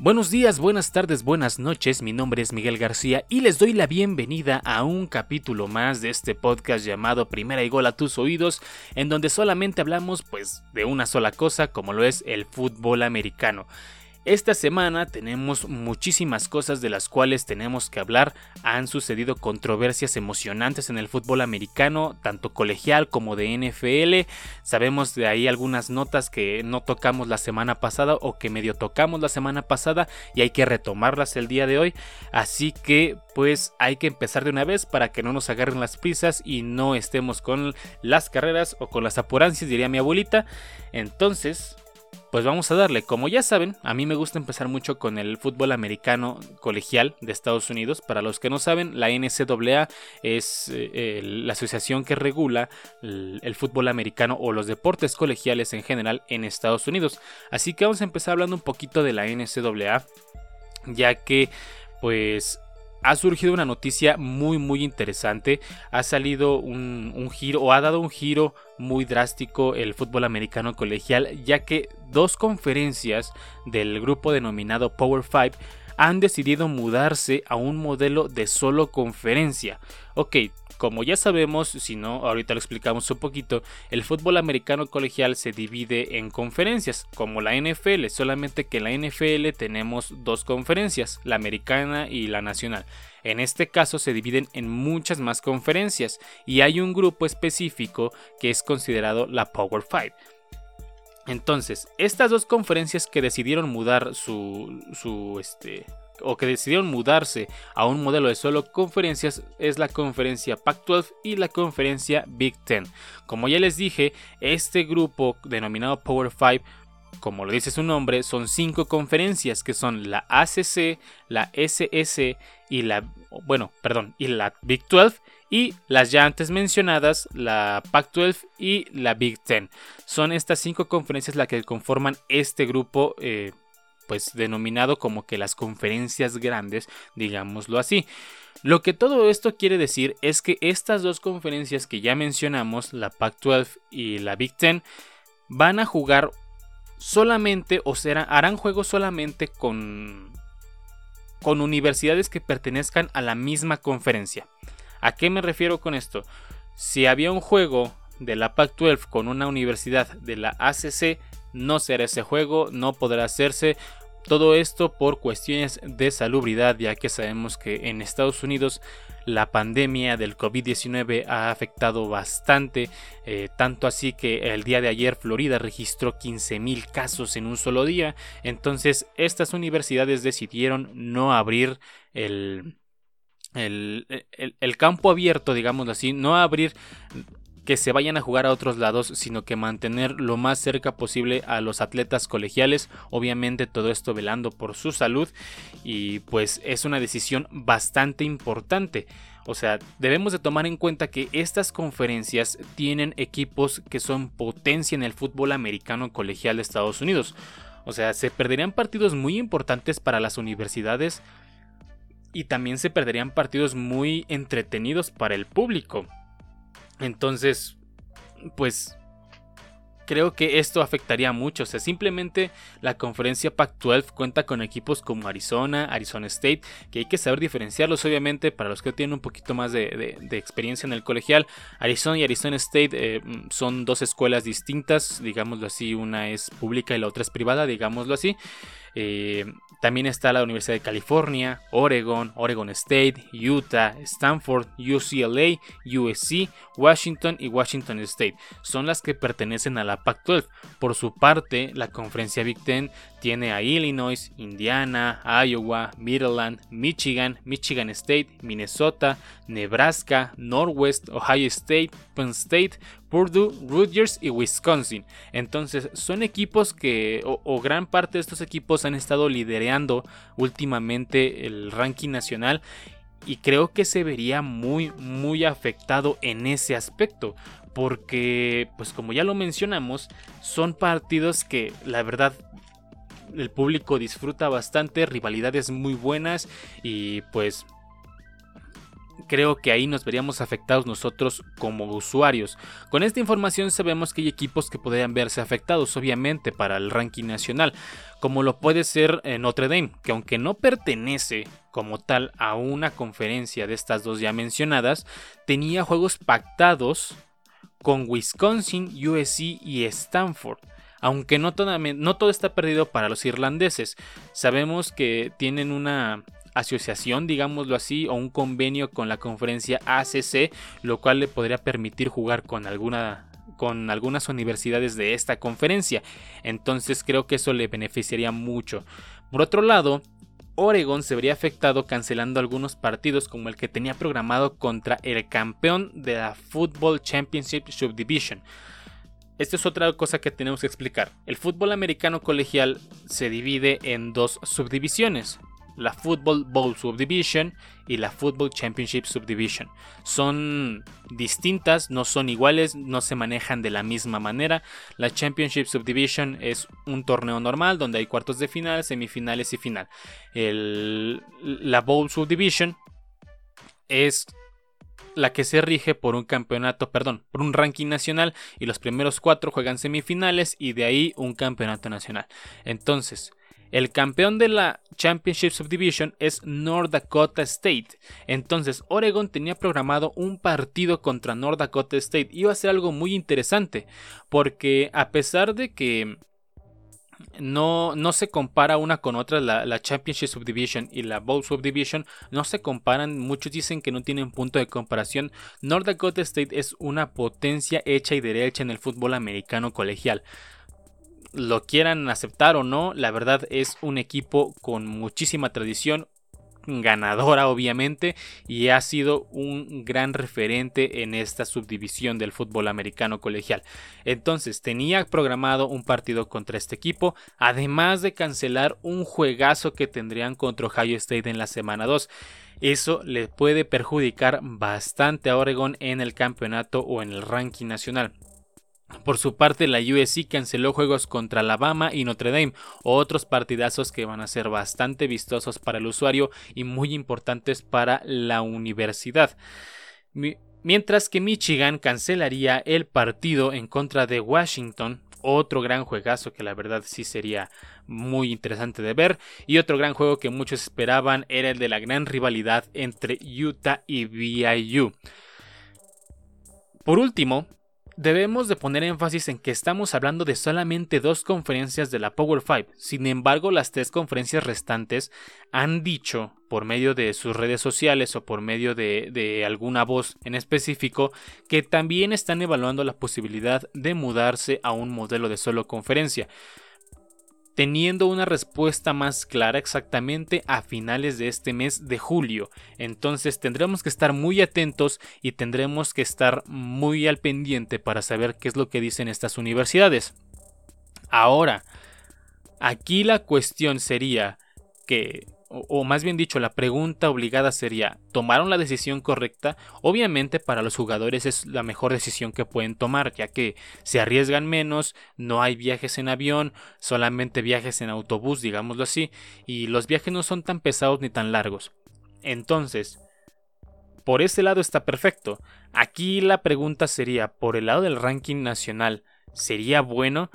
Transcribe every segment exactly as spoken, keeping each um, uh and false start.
Buenos días, buenas tardes, buenas noches, mi nombre es Miguel García y les doy la bienvenida a un capítulo más de este podcast llamado Primera y Gol a tus oídos, en donde solamente hablamos pues de una sola cosa, como lo es el fútbol americano. Esta semana tenemos muchísimas cosas de las cuales tenemos que hablar. Han sucedido controversias emocionantes en el fútbol americano, tanto colegial como de N F L. Sabemos de ahí algunas notas que no tocamos la semana pasada o que medio tocamos la semana pasada y hay que retomarlas el día de hoy. Así que pues hay que empezar de una vez para que no nos agarren las prisas y no estemos con las carreras o con las apurancias, diría mi abuelita. Entonces, pues vamos a darle. Como ya saben, a mí me gusta empezar mucho con el fútbol americano colegial de Estados Unidos. Para los que no saben, la N C A A es eh, la asociación que regula el, el fútbol americano o los deportes colegiales en general en Estados Unidos. Así que vamos a empezar hablando un poquito de la N C A A, ya que pues ha surgido una noticia muy muy interesante. Ha salido un, un giro o ha dado un giro muy drástico el fútbol americano colegial, ya que dos conferencias del grupo denominado Power Five han decidido mudarse a un modelo de solo conferencia. Ok, como ya sabemos, si no, ahorita lo explicamos un poquito, el fútbol americano colegial se divide en conferencias, como la N F L, solamente que en la N F L tenemos dos conferencias, la americana y la nacional. En este caso se dividen en muchas más conferencias y hay un grupo específico que es considerado la Power Five. Entonces, estas dos conferencias que decidieron mudar su, su este, o que decidieron mudarse a un modelo de solo conferencias es la conferencia Pac doce y la conferencia Big Ten. Como ya les dije, este grupo denominado Power Five, como lo dice su nombre, son cinco conferencias que son la A C C, la S S y la, bueno, perdón, y la Big doce. Y las ya antes mencionadas, la Pac doce y la Big Ten. Son estas cinco conferencias las que conforman este grupo, eh, pues denominado como que las conferencias grandes, digámoslo así. Lo que todo esto quiere decir es que estas dos conferencias que ya mencionamos, la Pac doce y la Big Ten, van a jugar solamente, o será, harán juegos solamente con, con universidades que pertenezcan a la misma conferencia. ¿A qué me refiero con esto? Si había un juego de la Pac doce con una universidad de la A C C, no será ese juego, no podrá hacerse. Todo esto por cuestiones de salubridad, ya que sabemos que en Estados Unidos la pandemia del COVID diecinueve ha afectado bastante, eh, tanto así que el día de ayer Florida registró quince mil casos en un solo día. Entonces estas universidades decidieron no abrir el... El, el, el campo abierto, digámoslo así, no abrir que se vayan a jugar a otros lados, sino que mantener lo más cerca posible a los atletas colegiales, obviamente todo esto velando por su salud, y pues es una decisión bastante importante. O sea, debemos de tomar en cuenta que estas conferencias tienen equipos que son potencia en el fútbol americano colegial de Estados Unidos. O sea, se perderían partidos muy importantes para las universidades y también se perderían partidos muy entretenidos para el público. Entonces, pues creo que esto afectaría mucho. O sea, simplemente la conferencia Pac doce cuenta con equipos como Arizona, Arizona State, que hay que saber diferenciarlos, obviamente, para los que tienen un poquito más de, de, de experiencia en el colegial. Arizona y Arizona State eh, son dos escuelas distintas, digámoslo así, una es pública y la otra es privada, digámoslo así. Eh, también está la Universidad de California, Oregon, Oregon State, Utah, Stanford, U C L A, U S C, Washington y Washington State. Son las que pertenecen a la Pac doce. Por su parte, la conferencia Big Ten tiene a Illinois, Indiana, Iowa, Maryland, Michigan, Michigan State, Minnesota, Nebraska, Northwest, Ohio State, Penn State, Purdue, Rutgers y Wisconsin. Entonces son equipos que, o, o gran parte de estos equipos han estado liderando últimamente el ranking nacional, y creo que se vería muy muy afectado en ese aspecto, porque pues como ya lo mencionamos, son partidos que la verdad el público disfruta bastante, rivalidades muy buenas, y pues creo que ahí nos veríamos afectados nosotros como usuarios. Con esta información sabemos que hay equipos que podrían verse afectados, obviamente, para el ranking nacional, como lo puede ser Notre Dame, que aunque no pertenece como tal a una conferencia de estas dos ya mencionadas, tenía juegos pactados con Wisconsin, U S C y Stanford. Aunque no todo, no todo está perdido para los irlandeses, sabemos que tienen una asociación, digámoslo así, o un convenio con la conferencia A C C, lo cual le podría permitir jugar con alguna con algunas universidades de esta conferencia. Entonces creo que eso le beneficiaría mucho. Por otro lado, Oregon se vería afectado cancelando algunos partidos, como el que tenía programado contra el campeón de la Football Championship Subdivision. Esta es otra cosa que tenemos que explicar. El fútbol americano colegial se divide en dos subdivisiones: la Football Bowl Subdivision y la Football Championship Subdivision. Son distintas, no son iguales, no se manejan de la misma manera. La Championship Subdivision es un torneo normal donde hay cuartos de final, semifinales y final. El, la Bowl Subdivision es la que se rige por un campeonato, perdón, por un ranking nacional, y los primeros cuatro juegan semifinales y de ahí un campeonato nacional. Entonces, el campeón de la Championship Subdivision es North Dakota State. Entonces, Oregon tenía programado un partido contra North Dakota State. Iba a ser algo muy interesante, porque a pesar de que no, no se compara una con otra, la, la Championship Subdivision y la Bowl Subdivision no se comparan. Muchos dicen que no tienen punto de comparación. North Dakota State es una potencia hecha y derecha en el fútbol americano colegial. Lo quieran aceptar o no, la verdad es un equipo con muchísima tradición, ganadora obviamente, y ha sido un gran referente en esta subdivisión del fútbol americano colegial. Entonces tenía programado un partido contra este equipo, además de cancelar un juegazo que tendrían contra Ohio State en la semana dos. Eso le puede perjudicar bastante a Oregon en el campeonato o en el ranking nacional. Por su parte, la U S C canceló juegos contra Alabama y Notre Dame, otros partidazos que van a ser bastante vistosos para el usuario y muy importantes para la universidad. Mientras que Michigan cancelaría el partido en contra de Washington, otro gran juegazo que la verdad sí sería muy interesante de ver, y otro gran juego que muchos esperaban era el de la gran rivalidad entre Utah y B Y U. Por último, debemos de poner énfasis en que estamos hablando de solamente dos conferencias de la Power cinco. Sin embargo, las tres conferencias restantes han dicho, por medio de sus redes sociales o por medio de, de alguna voz en específico, que también están evaluando la posibilidad de mudarse a un modelo de solo conferencia, teniendo una respuesta más clara exactamente a finales de este mes de julio. Entonces tendremos que estar muy atentos y tendremos que estar muy al pendiente para saber qué es lo que dicen estas universidades. Ahora, aquí la cuestión sería que, o, o más bien dicho, la pregunta obligada sería: ¿tomaron la decisión correcta? Obviamente para los jugadores es la mejor decisión que pueden tomar, ya que se arriesgan menos, no hay viajes en avión, solamente viajes en autobús, digámoslo así, y los viajes no son tan pesados ni tan largos. Entonces, por ese lado está perfecto. Aquí la pregunta sería, por el lado del ranking nacional, ¿sería bueno?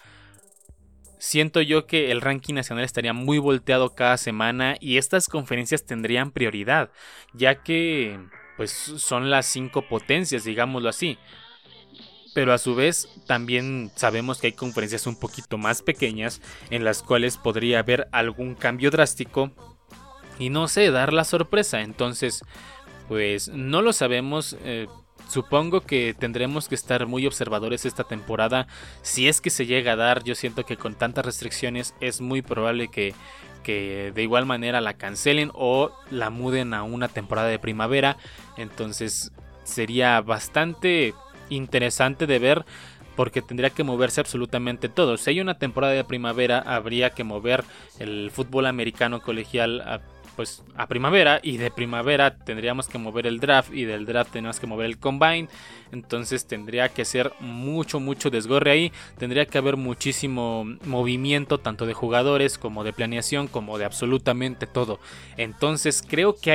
Siento yo que el ranking nacional estaría muy volteado cada semana y estas conferencias tendrían prioridad, ya que pues son las cinco potencias, digámoslo así. Pero a su vez también sabemos que hay conferencias un poquito más pequeñas en las cuales podría haber algún cambio drástico y no sé, dar la sorpresa. Entonces pues no lo sabemos. eh, Supongo que tendremos que estar muy observadores esta temporada. Si es que se llega a dar, yo siento que con tantas restricciones es muy probable que, que de igual manera la cancelen o la muden a una temporada de primavera. Entonces sería bastante interesante de ver, porque tendría que moverse absolutamente todo. Si hay una temporada de primavera, habría que mover el fútbol americano colegial a pues a primavera, y de primavera tendríamos que mover el draft, y del draft tenemos que mover el combine. Entonces tendría que ser mucho mucho desgorre ahí, tendría que haber muchísimo movimiento tanto de jugadores como de planeación como de absolutamente todo. Entonces creo que ahí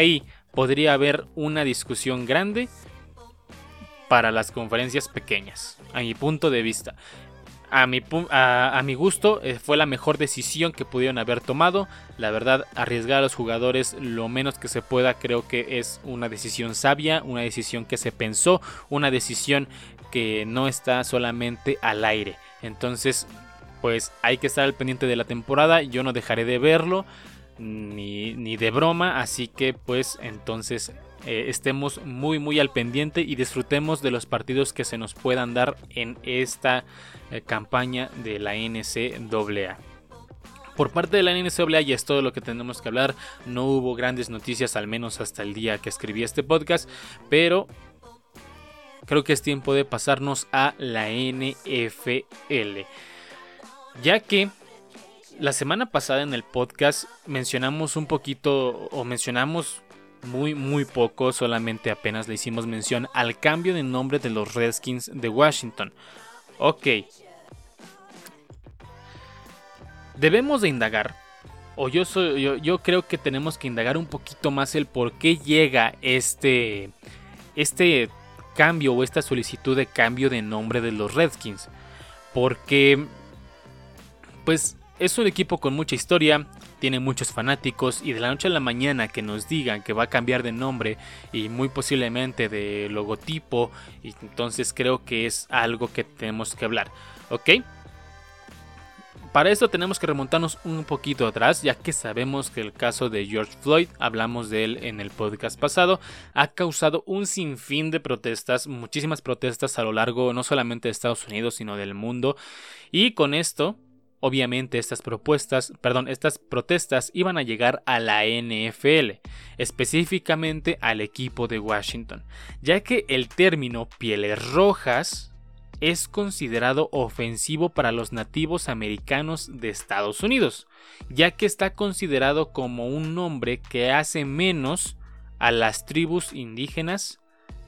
podría haber una discusión grande para las conferencias pequeñas, a mi punto de vista. A mi, a, a mi gusto eh, fue la mejor decisión que pudieron haber tomado. La verdad, arriesgar a los jugadores lo menos que se pueda creo que es una decisión sabia, una decisión que se pensó, una decisión que no está solamente al aire. Entonces, pues hay que estar al pendiente de la temporada. Yo no dejaré de verlo ni, ni de broma, así que pues entonces eh, estemos muy muy al pendiente y disfrutemos de los partidos que se nos puedan dar en esta eh, campaña de la N C A A. Por parte de la N C A A ya es todo lo que tenemos que hablar. No hubo grandes noticias, al menos hasta el día que escribí este podcast, pero creo que es tiempo de pasarnos a la N F L, ya que la semana pasada en el podcast mencionamos un poquito, o mencionamos muy muy poco, solamente apenas le hicimos mención al cambio de nombre de los Redskins de Washington. Ok, debemos de indagar, o yo, soy, yo, yo creo que tenemos que indagar un poquito más el por qué llega este, este cambio o esta solicitud de cambio de nombre de los Redskins. Porque pues es un equipo con mucha historia, tiene muchos fanáticos, y de la noche a la mañana que nos digan que va a cambiar de nombre y muy posiblemente de logotipo, y entonces creo que es algo que tenemos que hablar, ¿ok? Para esto tenemos que remontarnos un poquito atrás, ya que sabemos que el caso de George Floyd, hablamos de él en el podcast pasado, ha causado un sinfín de protestas, muchísimas protestas a lo largo no solamente de Estados Unidos sino del mundo, y con esto obviamente estas propuestas, perdón, estas protestas iban a llegar a la N F L, específicamente al equipo de Washington, ya que el término pieles rojas es considerado ofensivo para los nativos americanos de Estados Unidos, ya que está considerado como un nombre que hace menos a las tribus indígenas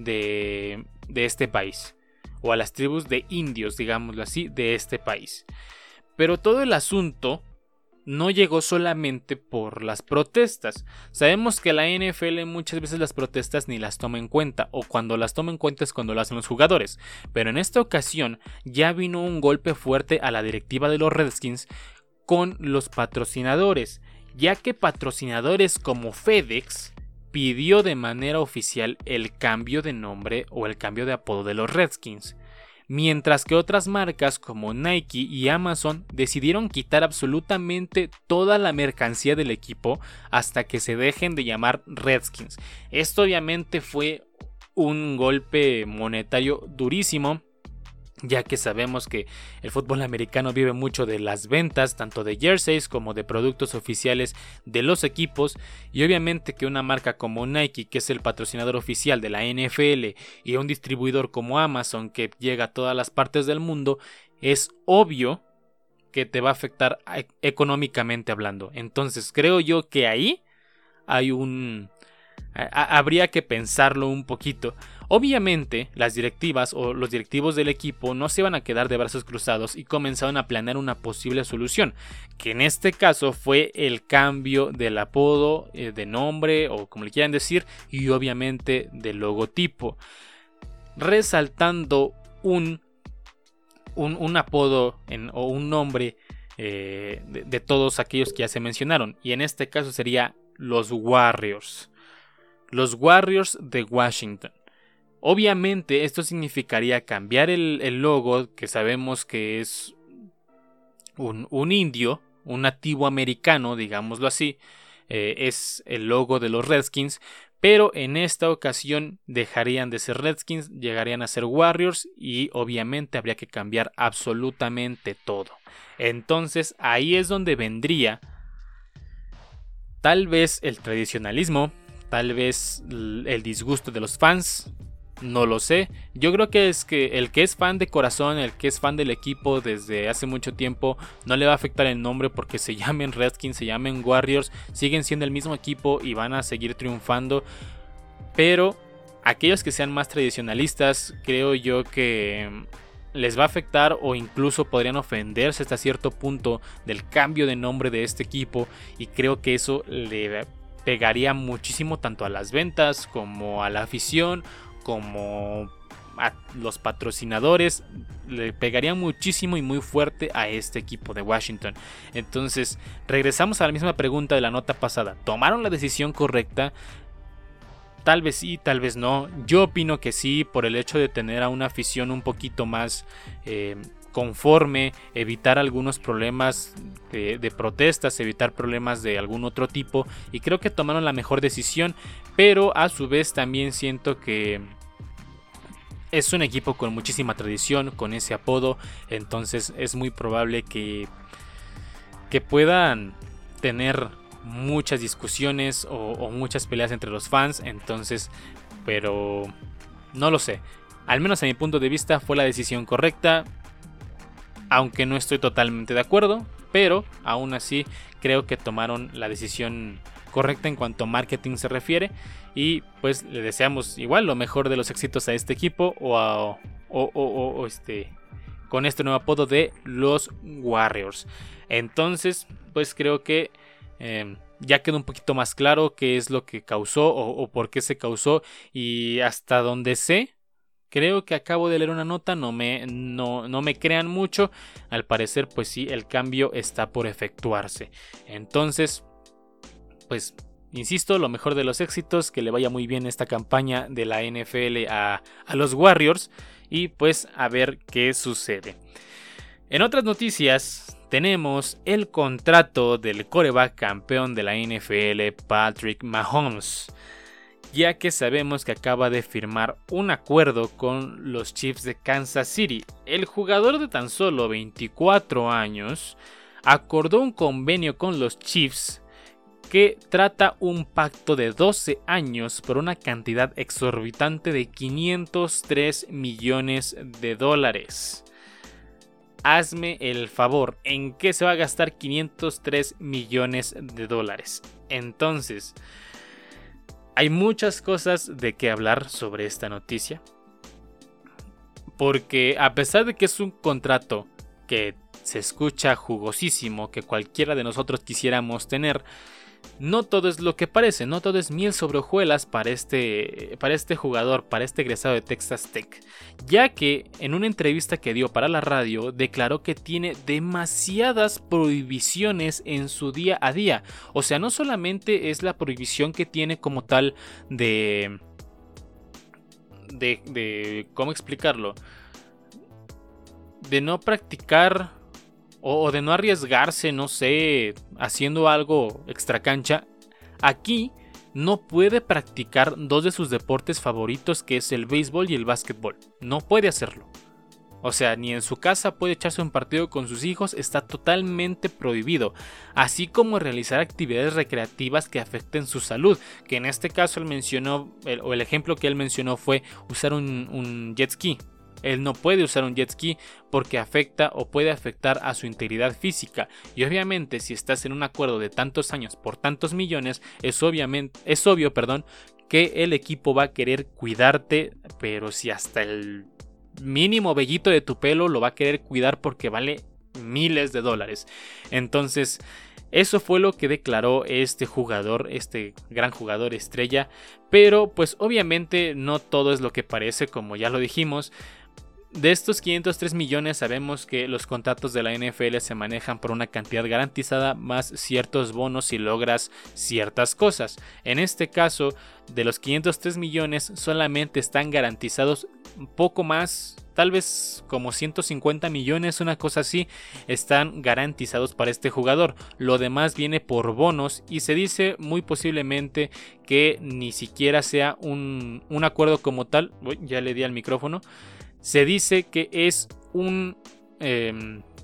de, de este país, o a las tribus de indios, digámoslo así, de este país. Pero todo el asunto no llegó solamente por las protestas. Sabemos que la N F L muchas veces las protestas ni las toma en cuenta, o cuando las toma en cuenta es cuando lo hacen los jugadores. Pero en esta ocasión ya vino un golpe fuerte a la directiva de los Redskins con los patrocinadores, ya que patrocinadores como FedEx pidió de manera oficial el cambio de nombre o el cambio de apodo de los Redskins, mientras que otras marcas como Nike y Amazon decidieron quitar absolutamente toda la mercancía del equipo hasta que se dejen de llamar Redskins. Esto obviamente fue un golpe monetario durísimo, ya que sabemos que el fútbol americano vive mucho de las ventas, tanto de jerseys como de productos oficiales de los equipos, y obviamente que una marca como Nike, que es el patrocinador oficial de la N F L, y un distribuidor como Amazon, que llega a todas las partes del mundo, es obvio que te va a afectar económicamente hablando. Entonces creo yo que ahí hay un... habría que pensarlo un poquito. Obviamente las directivas o los directivos del equipo no se iban a quedar de brazos cruzados y comenzaron a planear una posible solución, que en este caso fue el cambio del apodo, eh, de nombre o como le quieran decir, y obviamente del logotipo, resaltando un, un, un apodo en, o un nombre eh, de, de todos aquellos que ya se mencionaron, y en este caso sería los Warriors. Los Warriors de Washington. Obviamente esto significaría cambiar el, el logo, que sabemos que es un, un indio, un nativo americano, digámoslo así, eh, es el logo de los Redskins, pero en esta ocasión dejarían de ser Redskins, llegarían a ser Warriors, y obviamente habría que cambiar absolutamente todo. Entonces ahí es donde vendría tal vez el tradicionalismo, tal vez el disgusto de los fans, no lo sé. Yo creo que es que el que es fan de corazón, el que es fan del equipo desde hace mucho tiempo, no le va a afectar el nombre porque se llamen Redskins, se llamen Warriors, siguen siendo el mismo equipo y van a seguir triunfando. Pero aquellos que sean más tradicionalistas, creo yo que les va a afectar, o incluso podrían ofenderse hasta cierto punto del cambio de nombre de este equipo, y creo que eso le pegaría muchísimo tanto a las ventas como a la afición, como a los patrocinadores. Le pegaría muchísimo y muy fuerte a este equipo de Washington. Entonces, regresamos a la misma pregunta de la nota pasada. ¿Tomaron la decisión correcta? Tal vez sí, tal vez no. Yo opino que sí, por el hecho de tener a una afición un poquito más eh, conforme, evitar algunos problemas de, de protestas, evitar problemas de algún otro tipo, y creo que tomaron la mejor decisión, pero a su vez también siento que es un equipo con muchísima tradición, con ese apodo, entonces es muy probable que, que puedan tener muchas discusiones o, o muchas peleas entre los fans, entonces, pero no lo sé. Al menos a mi punto de vista fue la decisión correcta, aunque no estoy totalmente de acuerdo, pero aún así creo que tomaron la decisión correcta en cuanto a marketing se refiere, y pues le deseamos igual lo mejor de los éxitos a este equipo o, a, o, o, o, o este con este nuevo apodo de los Warriors. Entonces pues creo que eh, ya quedó un poquito más claro qué es lo que causó o, o por qué se causó, y hasta donde sé, creo que acabo de leer una nota, no me, no, no me crean mucho, al parecer pues sí, el cambio está por efectuarse. Entonces pues insisto, lo mejor de los éxitos, que le vaya muy bien esta campaña de la N F L a, a los Warriors, y pues a ver qué sucede. En otras noticias tenemos el contrato del quarterback campeón de la N F L, Patrick Mahomes, ya que sabemos que acaba de firmar un acuerdo con los Chiefs de Kansas City. El jugador de tan solo veinticuatro años acordó un convenio con los Chiefs que trata un pacto de doce años por una cantidad exorbitante de quinientos tres millones de dólares. Hazme el favor, ¿en qué se va a gastar quinientos tres millones de dólares? Entonces, hay muchas cosas de qué hablar sobre esta noticia, porque a pesar de que es un contrato que se escucha jugosísimo, que cualquiera de nosotros quisiéramos tener, no todo es lo que parece, no todo es miel sobre hojuelas para este, para este jugador, para este egresado de Texas Tech, ya que en una entrevista que dio para la radio declaró que tiene demasiadas prohibiciones en su día a día. O sea, no solamente es la prohibición que tiene como tal de... de, de ¿cómo explicarlo? De no practicar o de no arriesgarse, no sé, haciendo algo extra cancha. Aquí no puede practicar dos de sus deportes favoritos, que es el béisbol y el básquetbol. No puede hacerlo. O sea, ni en su casa puede echarse un partido con sus hijos, está totalmente prohibido. Así como realizar actividades recreativas que afecten su salud, que en este caso él mencionó, el, o el ejemplo que él mencionó fue usar un, un jet ski. Él no puede usar un jet ski porque afecta o puede afectar a su integridad física. Y obviamente si estás en un acuerdo de tantos años por tantos millones, es, obviamente, es obvio perdón, que el equipo va a querer cuidarte, pero si hasta el mínimo vellito de tu pelo lo va a querer cuidar porque vale miles de dólares. Entonces eso fue lo que declaró este jugador, este gran jugador estrella. Pero pues obviamente no todo es lo que parece, como ya lo dijimos. De estos quinientos tres millones sabemos que los contratos de la N F L se manejan por una cantidad garantizada más ciertos bonos si logras ciertas cosas. En este caso, de los quinientos tres millones solamente están garantizados un poco más, tal vez como ciento cincuenta millones, una cosa así, están garantizados para este jugador. Lo demás viene por bonos y se dice muy posiblemente que ni siquiera sea un, un acuerdo como tal. Uy, ya le di al micrófono. Se dice que es un, eh,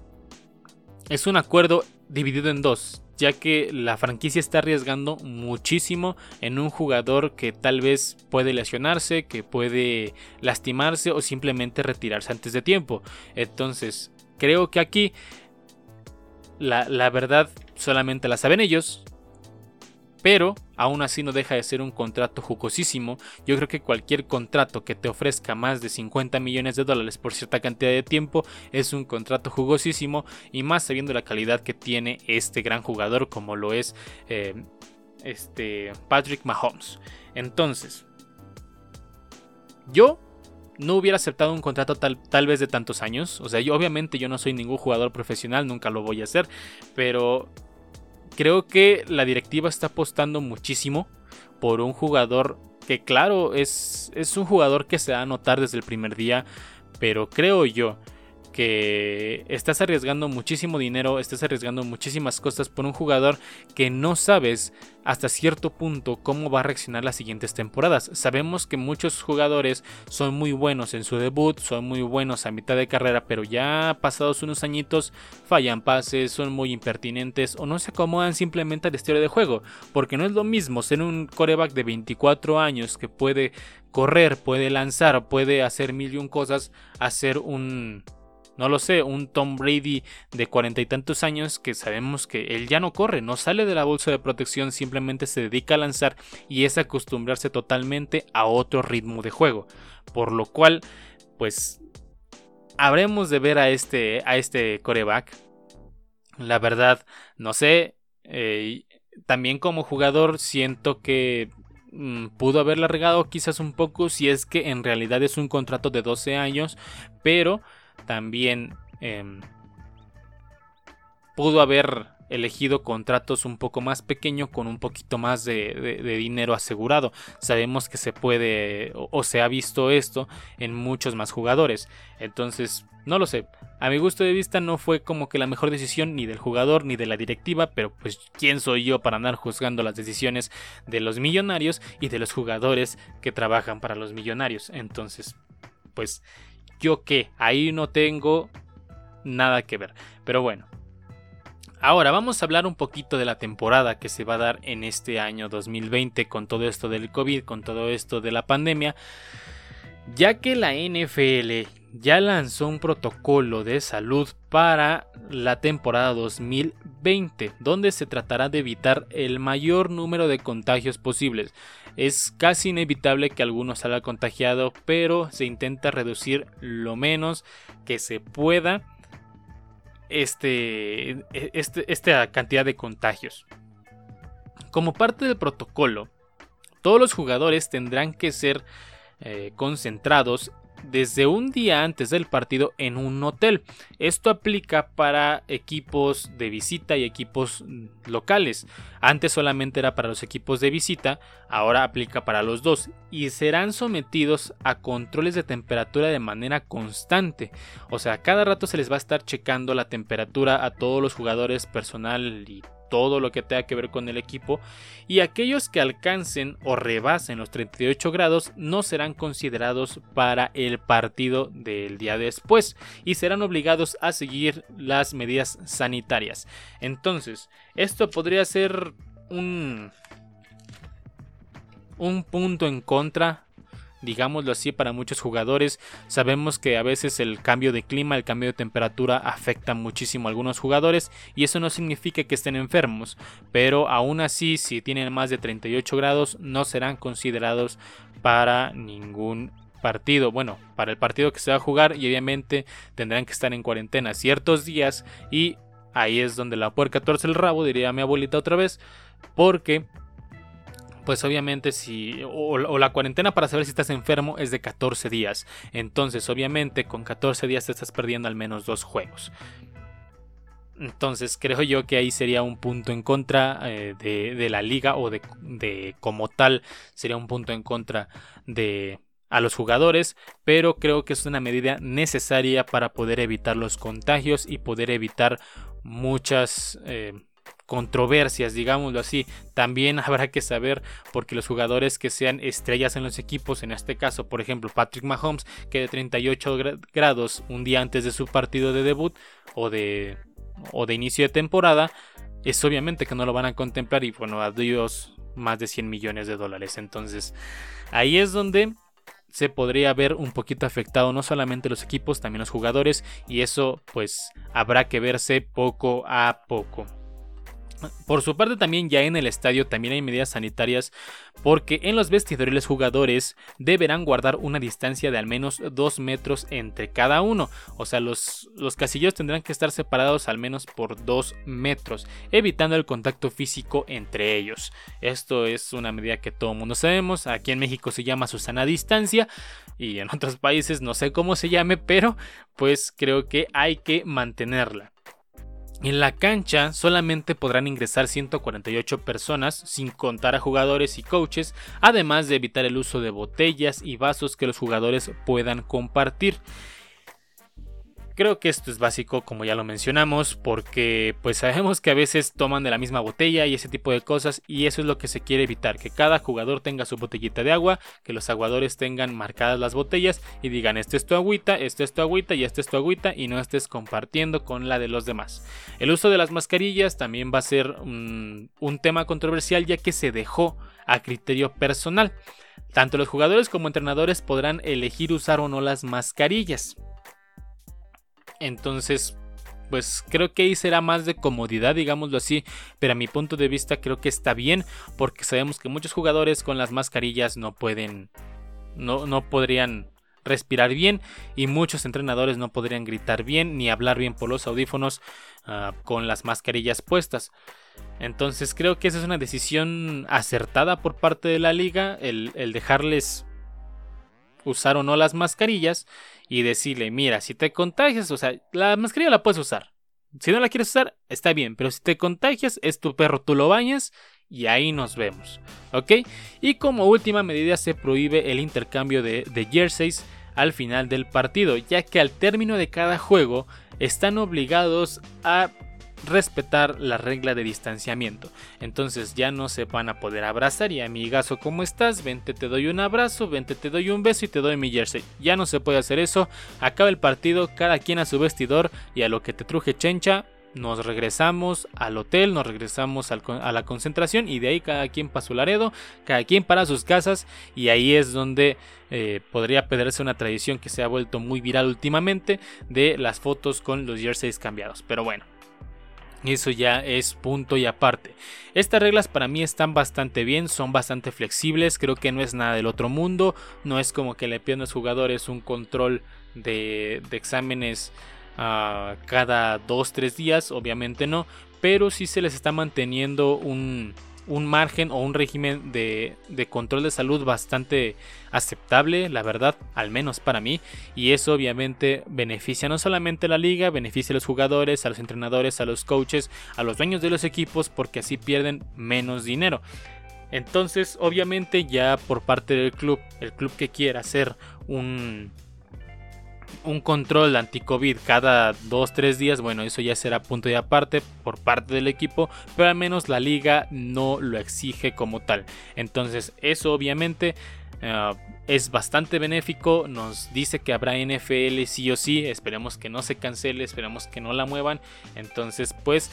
es un acuerdo dividido en dos, ya que la franquicia está arriesgando muchísimo en un jugador que tal vez puede lesionarse, que puede lastimarse o simplemente retirarse antes de tiempo. Entonces, creo que aquí la, la verdad solamente la saben ellos. Pero aún así no deja de ser un contrato jugosísimo. Yo creo que cualquier contrato que te ofrezca más de cincuenta millones de dólares por cierta cantidad de tiempo es un contrato jugosísimo, y más sabiendo la calidad que tiene este gran jugador como lo es eh, este, Patrick Mahomes. Entonces, yo no hubiera aceptado un contrato tal, tal vez de tantos años. O sea, yo obviamente yo no soy ningún jugador profesional, nunca lo voy a hacer, pero creo que la directiva está apostando muchísimo por un jugador que, claro, es, es un jugador que se va a notar desde el primer día, pero creo yo que estás arriesgando muchísimo dinero, estás arriesgando muchísimas cosas por un jugador que no sabes hasta cierto punto cómo va a reaccionar las siguientes temporadas. Sabemos que muchos jugadores son muy buenos en su debut, son muy buenos a mitad de carrera, pero ya pasados unos añitos fallan pases, son muy impertinentes o no se acomodan simplemente al estilo de juego, porque no es lo mismo ser un quarterback de veinticuatro años que puede correr, puede lanzar, puede hacer mil y un cosas, a ser un... no lo sé, un Tom Brady de cuarenta y tantos años que sabemos que él ya no corre, no sale de la bolsa de protección, simplemente se dedica a lanzar y es acostumbrarse totalmente a otro ritmo de juego. Por lo cual, pues, habremos de ver a este, a este quarterback. La verdad, no sé, eh, también como jugador siento que mmm, pudo haberla regado quizás un poco si es que en realidad es un contrato de doce años, pero... también eh, pudo haber elegido contratos un poco más pequeños con un poquito más de, de, de dinero asegurado. Sabemos que se puede o, o se ha visto esto en muchos más jugadores. Entonces, no lo sé. A mi gusto de vista no fue como que la mejor decisión ni del jugador ni de la directiva, pero pues quién soy yo para andar juzgando las decisiones de los millonarios y de los jugadores que trabajan para los millonarios. Entonces, pues... yo qué, ahí no tengo nada que ver. Pero bueno, ahora vamos a hablar un poquito de la temporada que se va a dar en este año dos mil veinte con todo esto del COVID, con todo esto de la pandemia. Ya que la N F L ya lanzó un protocolo de salud para la temporada dos mil veinte, donde se tratará de evitar el mayor número de contagios posibles. Es casi inevitable que alguno salga contagiado, pero se intenta reducir lo menos que se pueda este, este, esta cantidad de contagios. Como parte del protocolo, todos los jugadores tendrán que ser eh, concentrados desde un día antes del partido en un hotel. Esto aplica para equipos de visita y equipos locales. Antes solamente era para los equipos de visita, ahora aplica para los dos y serán sometidos a controles de temperatura de manera constante. O sea, cada rato se les va a estar checando la temperatura a todos los jugadores, personal y todo lo que tenga que ver con el equipo, y aquellos que alcancen o rebasen los treinta y ocho grados no serán considerados para el partido del día después y serán obligados a seguir las medidas sanitarias. Entonces, esto podría ser un, un punto en contra, digámoslo así, para muchos jugadores. Sabemos que a veces el cambio de clima, el cambio de temperatura afecta muchísimo a algunos jugadores y eso no significa que estén enfermos, pero aún así, si tienen más de treinta y ocho grados no serán considerados para ningún partido. Bueno, para el partido que se va a jugar, y obviamente tendrán que estar en cuarentena ciertos días, y ahí es donde la puerca tuerce el rabo, diría mi abuelita otra vez, porque pues obviamente si o, o la cuarentena para saber si estás enfermo es de catorce días. Entonces obviamente con catorce días te estás perdiendo al menos dos juegos. Entonces creo yo que ahí sería un punto en contra eh, de, de la liga, o de, de como tal sería un punto en contra de a los jugadores, pero creo que es una medida necesaria para poder evitar los contagios y poder evitar muchas eh, controversias, digámoslo así. También habrá que saber, porque los jugadores que sean estrellas en los equipos, en este caso por ejemplo Patrick Mahomes, que de treinta y ocho grados un día antes de su partido de debut o de, o de inicio de temporada, es obviamente que no lo van a contemplar y bueno, adiós más de cien millones de dólares. Entonces ahí es donde se podría ver un poquito afectado no solamente los equipos, también los jugadores, y eso pues habrá que verse poco a poco. Por su parte también ya en el estadio también hay medidas sanitarias porque en los vestidores los jugadores deberán guardar una distancia de al menos dos metros entre cada uno. O sea, los, los casilleros tendrán que estar separados al menos por dos metros, evitando el contacto físico entre ellos. Esto es una medida que todo el mundo sabemos. Aquí en México se llama Susana Distancia y en otros países no sé cómo se llame, pero pues creo que hay que mantenerla. En la cancha solamente podrán ingresar ciento cuarenta y ocho personas, sin contar a jugadores y coaches, además de evitar el uso de botellas y vasos que los jugadores puedan compartir. Creo que esto es básico, como ya lo mencionamos, porque pues sabemos que a veces toman de la misma botella y ese tipo de cosas, y eso es lo que se quiere evitar, que cada jugador tenga su botellita de agua, que los aguadores tengan marcadas las botellas y digan este es tu agüita, este es tu agüita y este es tu agüita, y no estés compartiendo con la de los demás. El uso de las mascarillas también va a ser un, un tema controversial, ya que se dejó a criterio personal. Tanto los jugadores como entrenadores podrán elegir usar o no las mascarillas. Entonces, pues creo que ahí será más de comodidad, digámoslo así, pero a mi punto de vista creo que está bien, porque sabemos que muchos jugadores con las mascarillas no pueden, no, no podrían respirar bien, y muchos entrenadores no podrían gritar bien ni hablar bien por los audífonos uh, con las mascarillas puestas. Entonces creo que esa es una decisión acertada por parte de la liga, el, el dejarles usar o no las mascarillas y decirle, mira, si te contagias, o sea, la mascarilla la puedes usar, si no la quieres usar, está bien, pero si te contagias, es tu perro, tú lo bañas y ahí nos vemos, ¿ok? Y como última medida se prohíbe el intercambio de, de jerseys al final del partido, ya que al término de cada juego están obligados a respetar la regla de distanciamiento. Entonces ya no se van a poder abrazar y amigazo, ¿cómo estás? Vente, te doy un abrazo, vente, te doy un beso y te doy mi jersey. Ya no se puede hacer eso. Acaba el partido, cada quien a su vestidor y a lo que te truje chencha. Nos regresamos al hotel, nos regresamos al, a la concentración y de ahí cada quien para su Laredo, cada quien para sus casas, y ahí es donde eh, podría perderse una tradición que se ha vuelto muy viral últimamente de las fotos con los jerseys cambiados. Pero bueno, eso ya es punto y aparte. Estas reglas para mí están bastante bien, son bastante flexibles, creo que no es nada del otro mundo, no es como que le pidan a los jugadores un control de, de exámenes uh, cada dos tres días, obviamente no, pero sí se les está manteniendo un, un margen o un régimen de, de control de salud bastante aceptable, la verdad, al menos para mí, y eso obviamente beneficia no solamente a la liga, beneficia a los jugadores, a los entrenadores, a los coaches, a los dueños de los equipos, porque así pierden menos dinero. Entonces obviamente ya por parte del club, el club que quiera hacer un un control anti-COVID cada dos tres días, bueno, eso ya será punto y aparte por parte del equipo, pero al menos la liga no lo exige como tal. Entonces eso obviamente uh, es bastante benéfico, nos dice que habrá N F L sí o sí, esperemos que no se cancele, esperemos que no la muevan. Entonces pues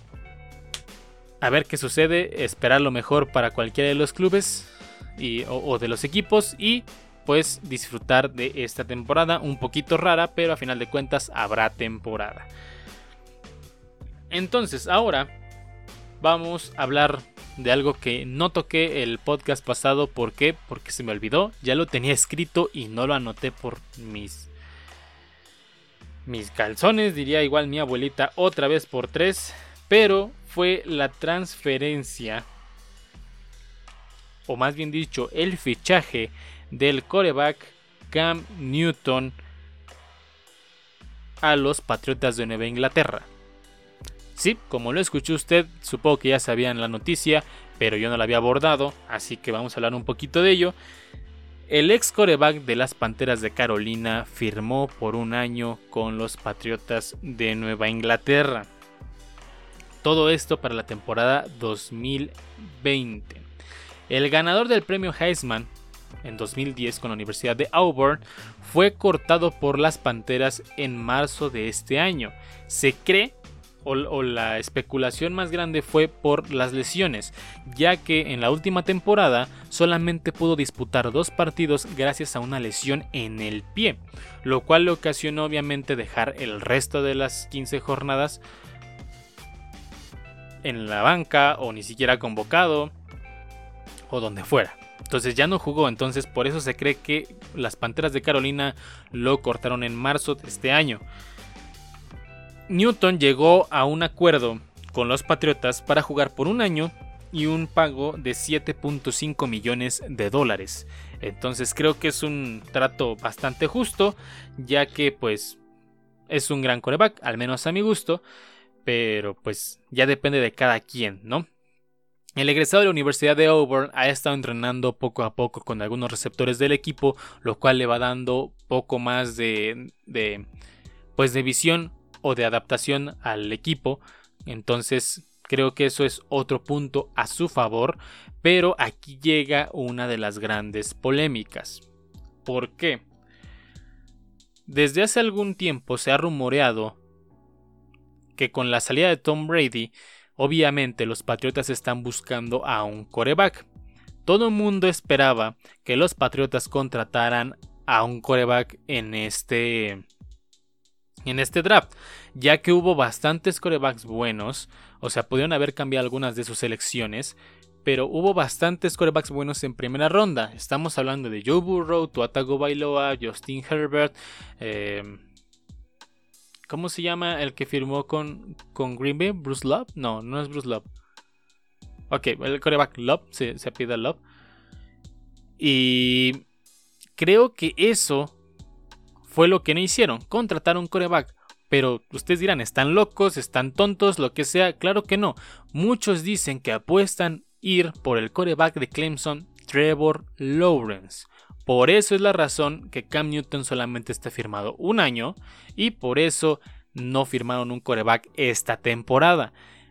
a ver qué sucede, esperar lo mejor para cualquiera de los clubes y, o, o de los equipos, y pues disfrutar de esta temporada un poquito rara, pero a final de cuentas habrá temporada. Entonces ahora vamos a hablar de algo que no toqué el podcast pasado. ¿Por qué? Porque se me olvidó, ya lo tenía escrito y no lo anoté por mis mis calzones, diría igual mi abuelita, otra vez por tres, pero fue la transferencia, o más bien dicho, el fichaje del quarterback Cam Newton a los Patriotas de Nueva Inglaterra. Sí, como lo escuchó usted, supongo que ya sabían la noticia, pero yo no la había abordado, así que vamos a hablar un poquito de ello. El ex quarterback de las Panteras de Carolina firmó por un año con los Patriotas de Nueva Inglaterra. Todo esto para la temporada dos mil veinte. El ganador del premio Heisman en dos mil diez con la Universidad de Auburn fue cortado por las Panteras en marzo de este año. Se cree, o, o la especulación más grande fue por las lesiones, ya que en la última temporada solamente pudo disputar dos partidos gracias a una lesión en el pie, lo cual le ocasionó obviamente dejar el resto de las quince jornadas en la banca o ni siquiera convocado o donde fuera. Entonces ya no jugó, entonces por eso se cree que las Panteras de Carolina lo cortaron en marzo de este año. Newton llegó a un acuerdo con los Patriotas para jugar por un año y un pago de siete punto cinco millones de dólares. Entonces creo que es un trato bastante justo, ya que pues es un gran quarterback, al menos a mi gusto, pero pues ya depende de cada quien, ¿no? El egresado de la Universidad de Auburn ha estado entrenando poco a poco con algunos receptores del equipo, lo cual le va dando poco más de, de pues de visión o de adaptación al equipo. Entonces creo que eso es otro punto a su favor, pero aquí llega una de las grandes polémicas. ¿Por qué? Desde hace algún tiempo se ha rumoreado que con la salida de Tom Brady, obviamente los Patriotas están buscando a un quarterback. Todo el mundo esperaba que los Patriotas contrataran a un quarterback en este, en este draft, ya que hubo bastantes quarterbacks buenos. O sea, pudieron haber cambiado algunas de sus selecciones, pero hubo bastantes quarterbacks buenos en primera ronda. Estamos hablando de Joe Burrow, Tua Tagovailoa, Justin Herbert, eh, ¿cómo se llama el que firmó con, con Green Bay? ¿Bruce Love? No, no es Bruce Love. Ok, el quarterback Love, se, se apellida Love. Y creo que eso fue lo que no hicieron, contratar un quarterback. Pero ustedes dirán, ¿están locos? ¿Están tontos? Lo que sea. Claro que no. Muchos dicen que apuestan ir por el quarterback de Clemson, Trevor Lawrence. Por eso es la razón que Cam Newton solamente está firmado un año y por eso no firmaron un quarterback esta temporada.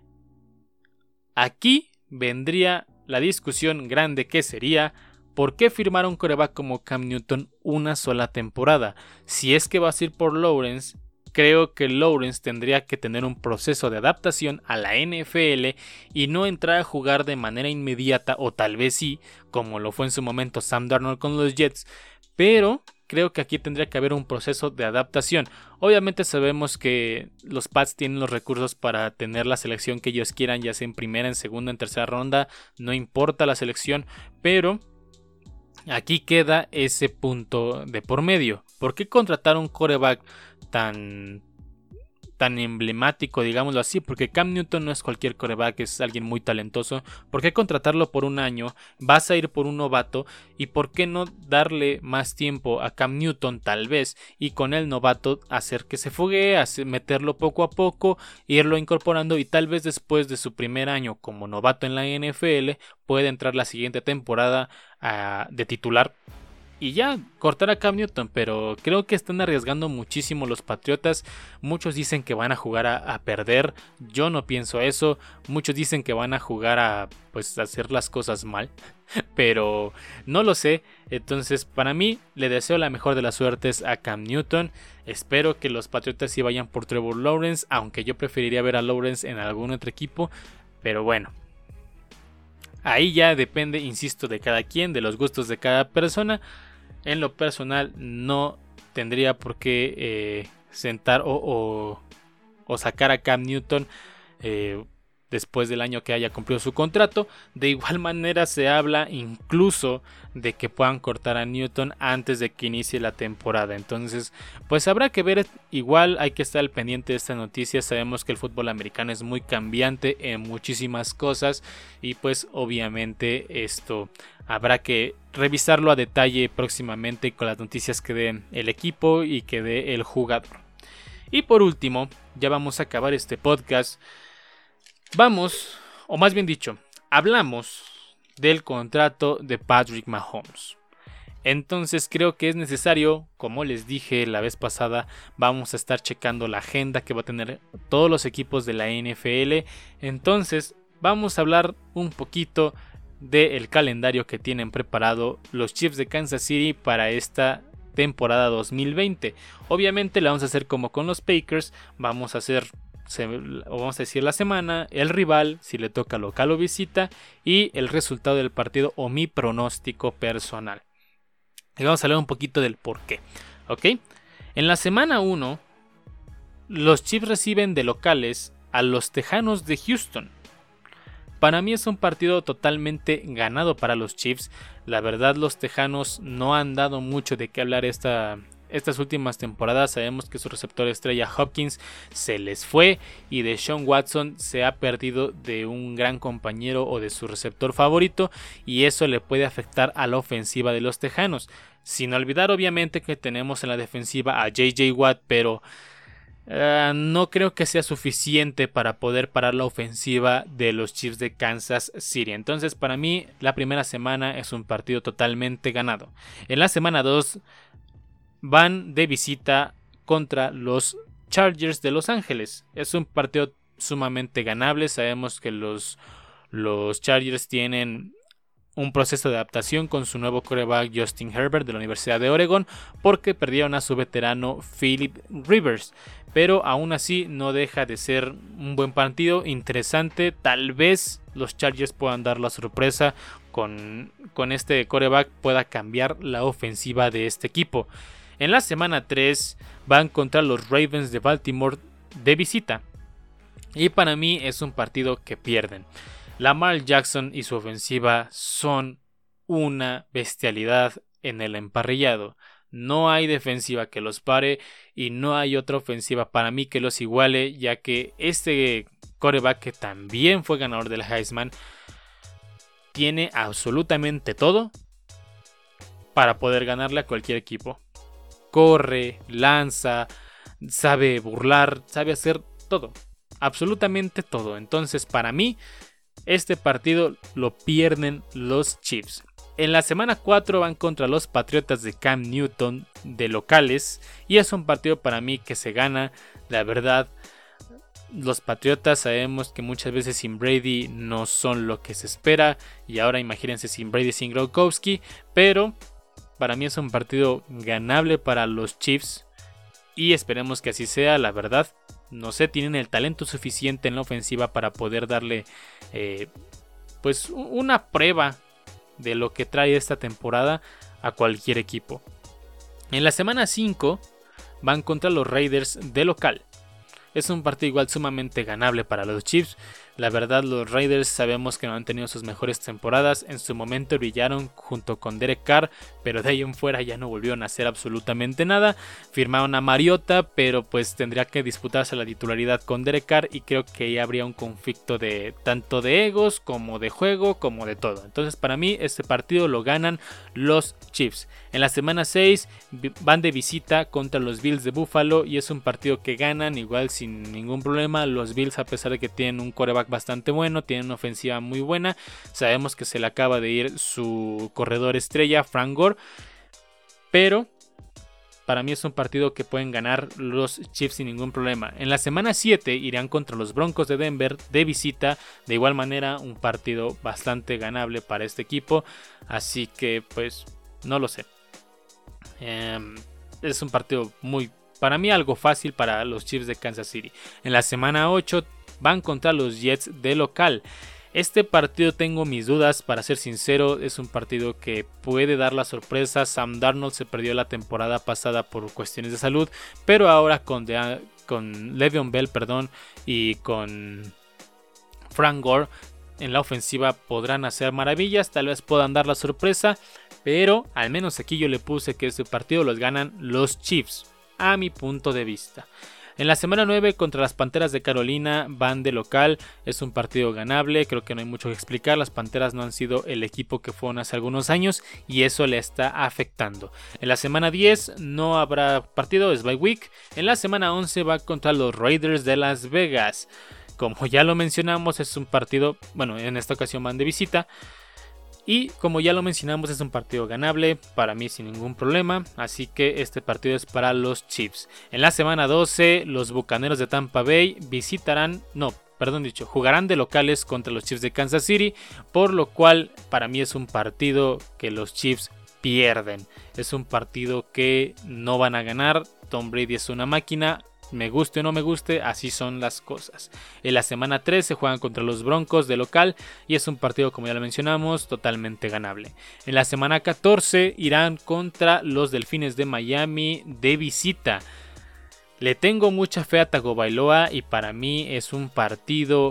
Aquí vendría la discusión grande, que sería ¿por qué firmar un quarterback como Cam Newton una sola temporada? Si es que vas a ir por Lawrence, creo que Lawrence tendría que tener un proceso de adaptación a la N F L y no entrar a jugar de manera inmediata, o tal vez sí, como lo fue en su momento Sam Darnold con los Jets, pero creo que aquí tendría que haber un proceso de adaptación. Obviamente sabemos que los Pats tienen los recursos para tener la selección que ellos quieran, ya sea en primera, en segunda, en tercera ronda, no importa la selección, pero aquí queda ese punto de por medio. ¿Por qué contratar un quarterback tan, tan emblemático, digámoslo así? Porque Cam Newton no es cualquier quarterback, es alguien muy talentoso. ¿Por qué contratarlo por un año? Vas a ir por un novato. ¿Y por qué no darle más tiempo a Cam Newton tal vez? Y con el novato hacer que se foguee, hacer, meterlo poco a poco, irlo incorporando, y tal vez después de su primer año como novato en la N F L puede entrar la siguiente temporada uh, de titular y ya cortar a Cam Newton. Pero creo que están arriesgando muchísimo los Patriotas. Muchos dicen que van a jugar a, a perder. Yo no pienso eso. Muchos dicen que van a jugar a pues hacer las cosas mal, pero no lo sé. Entonces para mí le deseo la mejor de las suertes a Cam Newton. Espero que los Patriotas sí vayan por Trevor Lawrence, aunque yo preferiría ver a Lawrence en algún otro equipo. Pero bueno, ahí ya depende, insisto, de cada quien, de los gustos de cada persona. En lo personal no tendría por qué eh, sentar o, o, o sacar a Cam Newton eh, después del año que haya cumplido su contrato. De igual manera se habla incluso de que puedan cortar a Newton antes de que inicie la temporada. Entonces pues habrá que ver. Igual hay que estar al pendiente de esta noticia. Sabemos que el fútbol americano es muy cambiante en muchísimas cosas y pues obviamente esto habrá que revisarlo a detalle próximamente con las noticias que dé el equipo y que dé el jugador. Y por último, ya vamos a acabar este podcast. Vamos, o más bien dicho, hablamos del contrato de Patrick Mahomes. Entonces creo que es necesario, como les dije la vez pasada, vamos a estar checando la agenda que va a tener todos los equipos de la N F L. Entonces vamos a hablar un poquito del calendario que tienen preparado los Chiefs de Kansas City para esta temporada dos mil veinte. Obviamente la vamos a hacer como con los Packers, vamos a hacer, vamos a decir la semana, el rival, si le toca local o visita, y el resultado del partido o mi pronóstico personal. Y vamos a hablar un poquito del por qué. ¿Ok? En la semana uno, los Chiefs reciben de locales a los Tejanos de Houston. Para mí es un partido totalmente ganado para los Chiefs. La verdad, los Tejanos no han dado mucho de qué hablar esta, estas últimas temporadas. Sabemos que su receptor estrella Hopkins se les fue y Deshaun Watson se ha perdido de un gran compañero o de su receptor favorito, y eso le puede afectar a la ofensiva de los Tejanos. Sin olvidar obviamente que tenemos en la defensiva a J J Watt, pero Uh, no creo que sea suficiente para poder parar la ofensiva de los Chiefs de Kansas City. Entonces, para mí, la primera semana es un partido totalmente ganado. En la semana dos van de visita contra los Chargers de Los Ángeles. Es un partido sumamente ganable. Sabemos que los, los Chargers tienen un proceso de adaptación con su nuevo quarterback Justin Herbert de la Universidad de Oregon, porque perdieron a su veterano Philip Rivers, pero aún así no deja de ser un buen partido, interesante. Tal vez los Chargers puedan dar la sorpresa con, con este quarterback, pueda cambiar la ofensiva de este equipo. En la semana tres van contra los Ravens de Baltimore de visita, y para mí es un partido que pierden. Lamar Jackson y su ofensiva son una bestialidad en el emparrillado. No hay defensiva que los pare y no hay otra ofensiva para mí que los iguale, ya que este quarterback, que también fue ganador del Heisman, tiene absolutamente todo para poder ganarle a cualquier equipo. Corre, lanza, sabe burlar, sabe hacer todo, absolutamente todo. Entonces, para mí, este partido lo pierden los Chiefs. En la semana cuatro van contra los Patriotas de Cam Newton de locales, y es un partido para mí que se gana. La verdad, los Patriotas sabemos que muchas veces sin Brady no son lo que se espera, y ahora imagínense sin Brady, sin Gronkowski, pero para mí es un partido ganable para los Chiefs y esperemos que así sea. La verdad, no sé, tienen el talento suficiente en la ofensiva para poder darle eh, pues una prueba de lo que trae esta temporada a cualquier equipo. En la semana cinco van contra los Raiders de local. Es un partido igual sumamente ganable para los Chiefs. La verdad, los Raiders sabemos que no han tenido sus mejores temporadas. En su momento brillaron junto con Derek Carr, pero de ahí en fuera ya no volvieron a hacer absolutamente nada. Firmaron a Mariota, pero pues tendría que disputarse la titularidad con Derek Carr, y creo que ahí habría un conflicto de tanto de egos como de juego, como de todo. Entonces, para mí este partido lo ganan los Chiefs. En la semana seis van de visita contra los Bills de Buffalo, y es un partido que ganan igual sin ningún problema. Los Bills, a pesar de que tienen un quarterback bastante bueno, tienen una ofensiva muy buena, sabemos que se le acaba de ir su corredor estrella Frank Gore, pero para mí es un partido que pueden ganar los Chiefs sin ningún problema. En la semana siete irán contra los Broncos de Denver de visita. De igual manera, un partido bastante ganable para este equipo. Así que, pues, no lo sé. Eh, es un partido muy, para mí, algo fácil para los Chiefs de Kansas City. En la semana ocho van contra los Jets de local. Este partido tengo mis dudas, para ser sincero. Es un partido que puede dar la sorpresa. Sam Darnold se perdió la temporada pasada por cuestiones de salud, pero ahora con, de, con Le'Veon Bell perdón, y con Frank Gore en la ofensiva podrán hacer maravillas. Tal vez puedan dar la sorpresa, pero al menos aquí yo le puse que este partido los ganan los Chiefs, a mi punto de vista. En la semana nueve contra las Panteras de Carolina van de local. Es un partido ganable, creo que no hay mucho que explicar. Las Panteras no han sido el equipo que fueron hace algunos años y eso le está afectando. En la semana diez no habrá partido, es bye week. En la semana once va contra los Raiders de Las Vegas. Como ya lo mencionamos, es un partido, bueno, en esta ocasión van de visita. Y como ya lo mencionamos, es un partido ganable para mí sin ningún problema, así que este partido es para los Chiefs. En la semana doce, los Bucaneros de Tampa Bay visitarán, no, perdón dicho, jugarán de locales contra los Chiefs de Kansas City, por lo cual para mí es un partido que los Chiefs pierden. Es un partido que no van a ganar. Tom Brady es una máquina. Me guste o no me guste, así son las cosas. En la semana trece juegan contra los Broncos de local y es un partido, como ya lo mencionamos, totalmente ganable. En la semana catorce irán contra los Delfines de Miami de visita. Le tengo mucha fe a Tagovailoa y para mí es un partido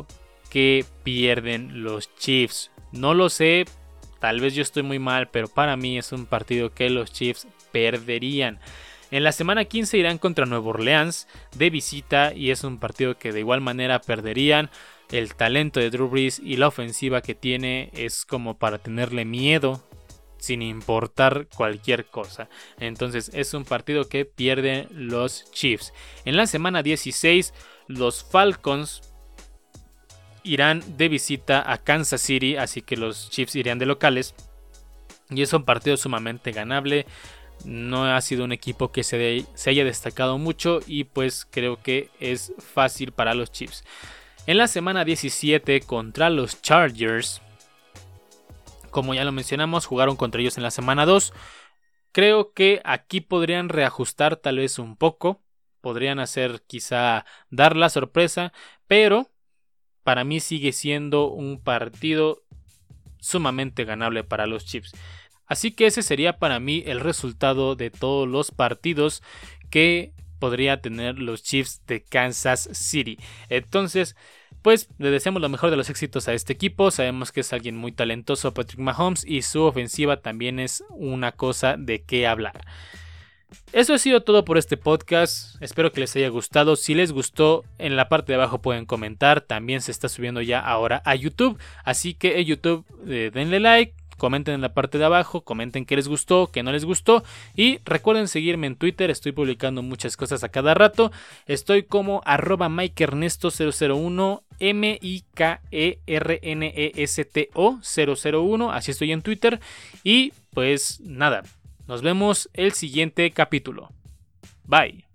que pierden los Chiefs. No lo sé, tal vez yo estoy muy mal, pero para mí es un partido que los Chiefs perderían. En la semana quince irán contra Nueva Orleans de visita y es un partido que de igual manera perderían. El talento de Drew Brees y la ofensiva que tiene es como para tenerle miedo sin importar cualquier cosa. Entonces es un partido que pierden los Chiefs. En la semana dieciséis los Falcons irán de visita a Kansas City, así que los Chiefs irían de locales. Y es un partido sumamente ganable. No ha sido un equipo que se, de, se haya destacado mucho y pues creo que es fácil para los Chiefs. En la semana diecisiete contra los Chargers, como ya lo mencionamos, jugaron contra ellos en la semana dos. Creo que aquí podrían reajustar tal vez un poco, podrían hacer quizá dar la sorpresa, pero para mí sigue siendo un partido sumamente ganable para los Chiefs. Así que ese sería para mí el resultado de todos los partidos que podría tener los Chiefs de Kansas City. Entonces, pues le deseamos lo mejor de los éxitos a este equipo. Sabemos que es alguien muy talentoso, Patrick Mahomes, y su ofensiva también es una cosa de qué hablar. Eso ha sido todo por este podcast. Espero que les haya gustado. Si les gustó, en la parte de abajo pueden comentar. También se está subiendo ya ahora a YouTube. Así que en YouTube eh, denle like. Comenten en la parte de abajo, comenten qué les gustó, qué no les gustó. Y recuerden seguirme en Twitter, estoy publicando muchas cosas a cada rato. Estoy como arroba Mike Ernesto cero cero uno, M I K E R N E S T O cero cero uno. Así estoy en Twitter. Y pues nada, nos vemos el siguiente capítulo. Bye.